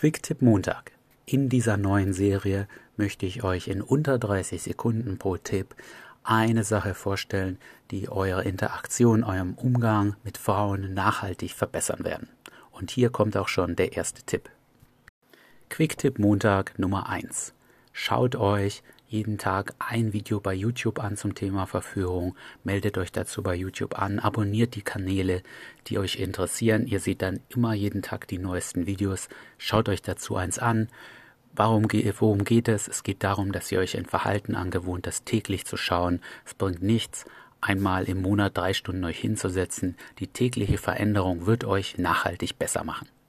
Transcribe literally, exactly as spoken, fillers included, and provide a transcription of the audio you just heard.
Quick-Tipp Montag. In dieser neuen Serie möchte ich euch in unter dreißig Sekunden pro Tipp eine Sache vorstellen, die eure Interaktion, eurem Umgang mit Frauen nachhaltig verbessern werden. Und hier kommt auch schon der erste Tipp. Quick-Tipp Montag Nummer eins. Schaut euch jeden Tag ein Video bei YouTube an zum Thema Verführung, meldet euch dazu bei YouTube an, abonniert die Kanäle, die euch interessieren. Ihr seht dann immer jeden Tag die neuesten Videos. Schaut euch dazu eins an. Warum, worum geht es? Es geht darum, dass ihr euch ein Verhalten angewohnt, das täglich zu schauen. Es bringt nichts, einmal im Monat drei Stunden euch hinzusetzen. Die tägliche Veränderung wird euch nachhaltig besser machen.